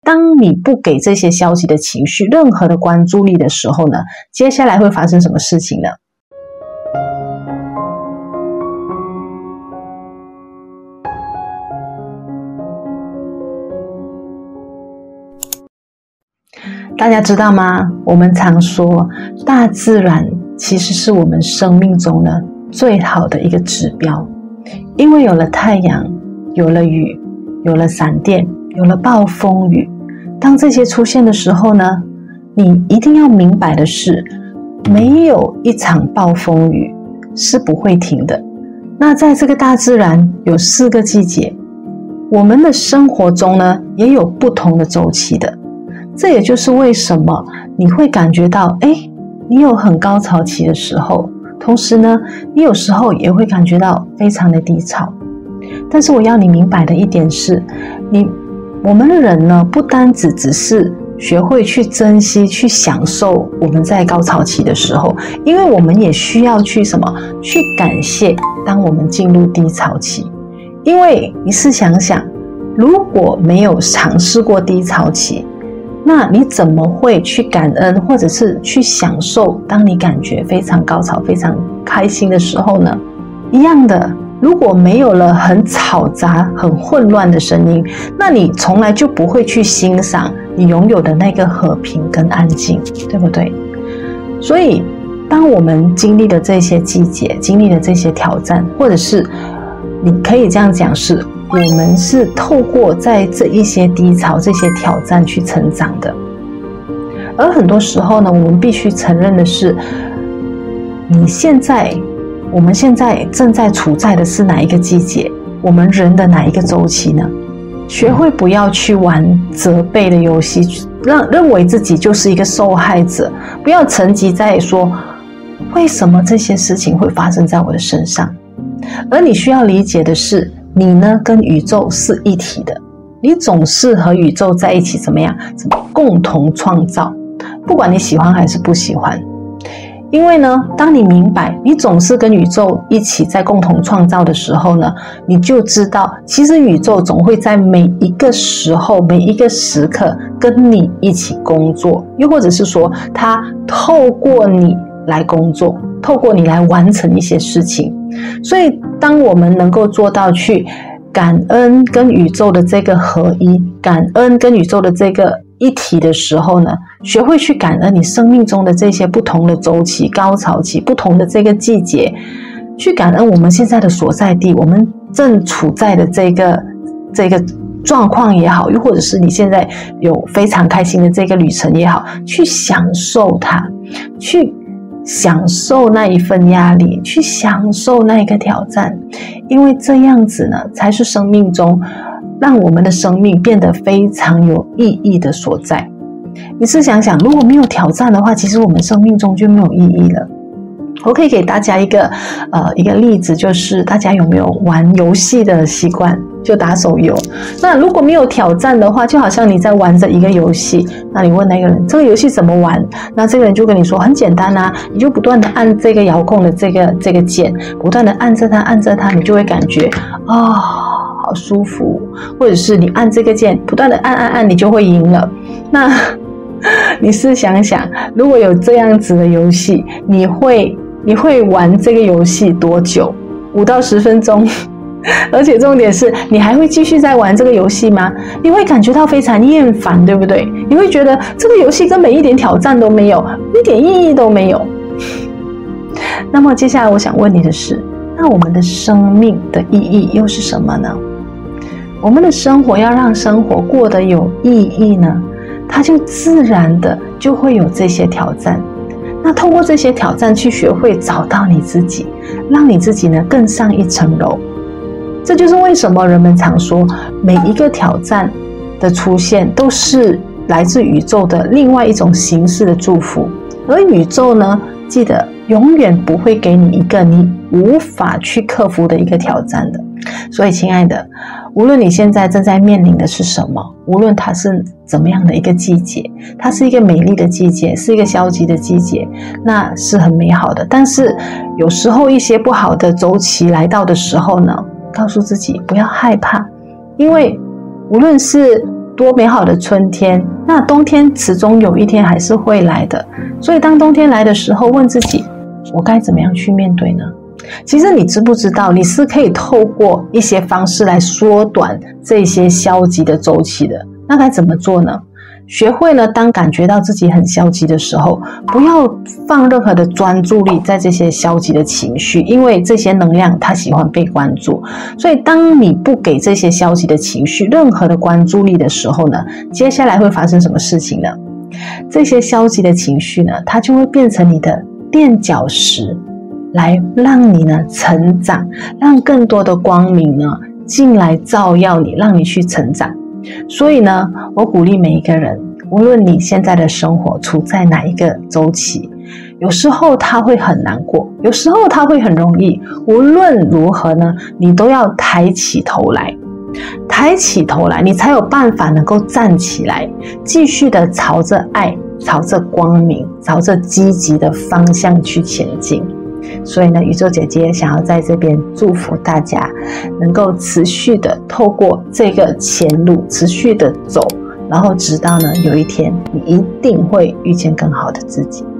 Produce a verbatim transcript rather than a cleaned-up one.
当你不给这些消极的情绪任何的关注力的时候呢，接下来会发生什么事情呢？大家知道吗？我们常说大自然其实是我们生命中呢最好的一个指标，因为有了太阳，有了雨，有了闪电，有了暴风雨，当这些出现的时候呢，你一定要明白的是，没有一场暴风雨是不会停的。那在这个大自然有四个季节，我们的生活中呢也有不同的周期的。这也就是为什么你会感觉到，哎，你有很高潮期的时候，同时呢，你有时候也会感觉到非常的低潮。但是我要你明白的一点是，你我们的人呢，不单只只是学会去珍惜、去享受我们在高潮期的时候，因为我们也需要去什么？去感谢当我们进入低潮期。因为你试想想，如果没有尝试过低潮期，那你怎么会去感恩，或者是去享受当你感觉非常高潮、非常开心的时候呢？一样的，如果没有了很嘈杂、很混乱的声音，那你从来就不会去欣赏你拥有的那个和平跟安静，对不对？所以当我们经历了这些季节，经历了这些挑战，或者是你可以这样讲，是我们是透过在这一些低潮、这些挑战去成长的。而很多时候呢，我们必须承认的是，你现在我们现在正在处在的是哪一个季节？我们人的哪一个周期呢？学会不要去玩责备的游戏，让认为自己就是一个受害者，不要沉寂在说为什么这些事情会发生在我的身上。而你需要理解的是，你呢跟宇宙是一体的，你总是和宇宙在一起，怎么样？怎么共同创造？不管你喜欢还是不喜欢。因为呢，当你明白你总是跟宇宙一起在共同创造的时候呢，你就知道其实宇宙总会在每一个时候、每一个时刻跟你一起工作，又或者是说它透过你来工作，透过你来完成一些事情。所以当我们能够做到去感恩跟宇宙的这个合一，感恩跟宇宙的这个一体的时候呢，学会去感恩你生命中的这些不同的周期、高潮期、不同的这个季节，去感恩我们现在的所在地，我们正处在的这个这个状况也好，又或者是你现在有非常开心的这个旅程也好，去享受它，去享受那一份压力，去享受那一个挑战，因为这样子呢，才是生命中让我们的生命变得非常有意义的所在。你试想想，如果没有挑战的话，其实我们生命中就没有意义了。我可以给大家一个呃一个例子，就是大家有没有玩游戏的习惯？就打手游。那如果没有挑战的话，就好像你在玩着一个游戏，那你问那个人这个游戏怎么玩，那这个人就跟你说很简单啊，你就不断的按这个遥控的这个这个键，不断的按着它按着它，你就会感觉啊、哦、好舒服，或者是你按这个键不断的按按按，你就会赢了。那你试想想，如果有这样子的游戏，你会你会玩这个游戏多久？五到十分钟。而且重点是，你还会继续在玩这个游戏吗？你会感觉到非常厌烦，对不对？你会觉得这个游戏根本一点挑战都没有，一点意义都没有。那么接下来我想问你的是，那我们的生命的意义又是什么呢？我们的生活要让生活过得有意义呢，它就自然的就会有这些挑战。那透过这些挑战去学会找到你自己，让你自己呢更上一层楼。这就是为什么人们常说，每一个挑战的出现都是来自宇宙的另外一种形式的祝福。而宇宙呢，记得永远不会给你一个你无法去克服的一个挑战的。所以亲爱的，无论你现在正在面临的是什么，无论它是怎么样的一个季节，它是一个美丽的季节，是一个消极的季节，那是很美好的。但是有时候一些不好的周期来到的时候呢，告诉自己不要害怕，因为无论是多美好的春天，那冬天始终有一天还是会来的。所以当冬天来的时候，问自己，我该怎么样去面对呢？其实你知不知道，你是可以透过一些方式来缩短这些消极的周期的。那该怎么做呢？学会呢，当感觉到自己很消极的时候，不要放任何的专注力在这些消极的情绪，因为这些能量它喜欢被关注。所以当你不给这些消极的情绪任何的关注力的时候呢，接下来会发生什么事情呢？这些消极的情绪呢，它就会变成你的垫脚石，来让你呢成长，让更多的光明呢进来照耀你，让你去成长。所以呢，我鼓励每一个人，无论你现在的生活处在哪一个周期，有时候它会很难过，有时候它会很容易，无论如何呢，你都要抬起头来，抬起头来，你才有办法能够站起来，继续的朝着爱，朝着光明，朝着积极的方向去前进。所以呢，宇宙姐姐想要在这边祝福大家能够持续的透过这个前路持续的走，然后直到呢有一天你一定会遇见更好的自己。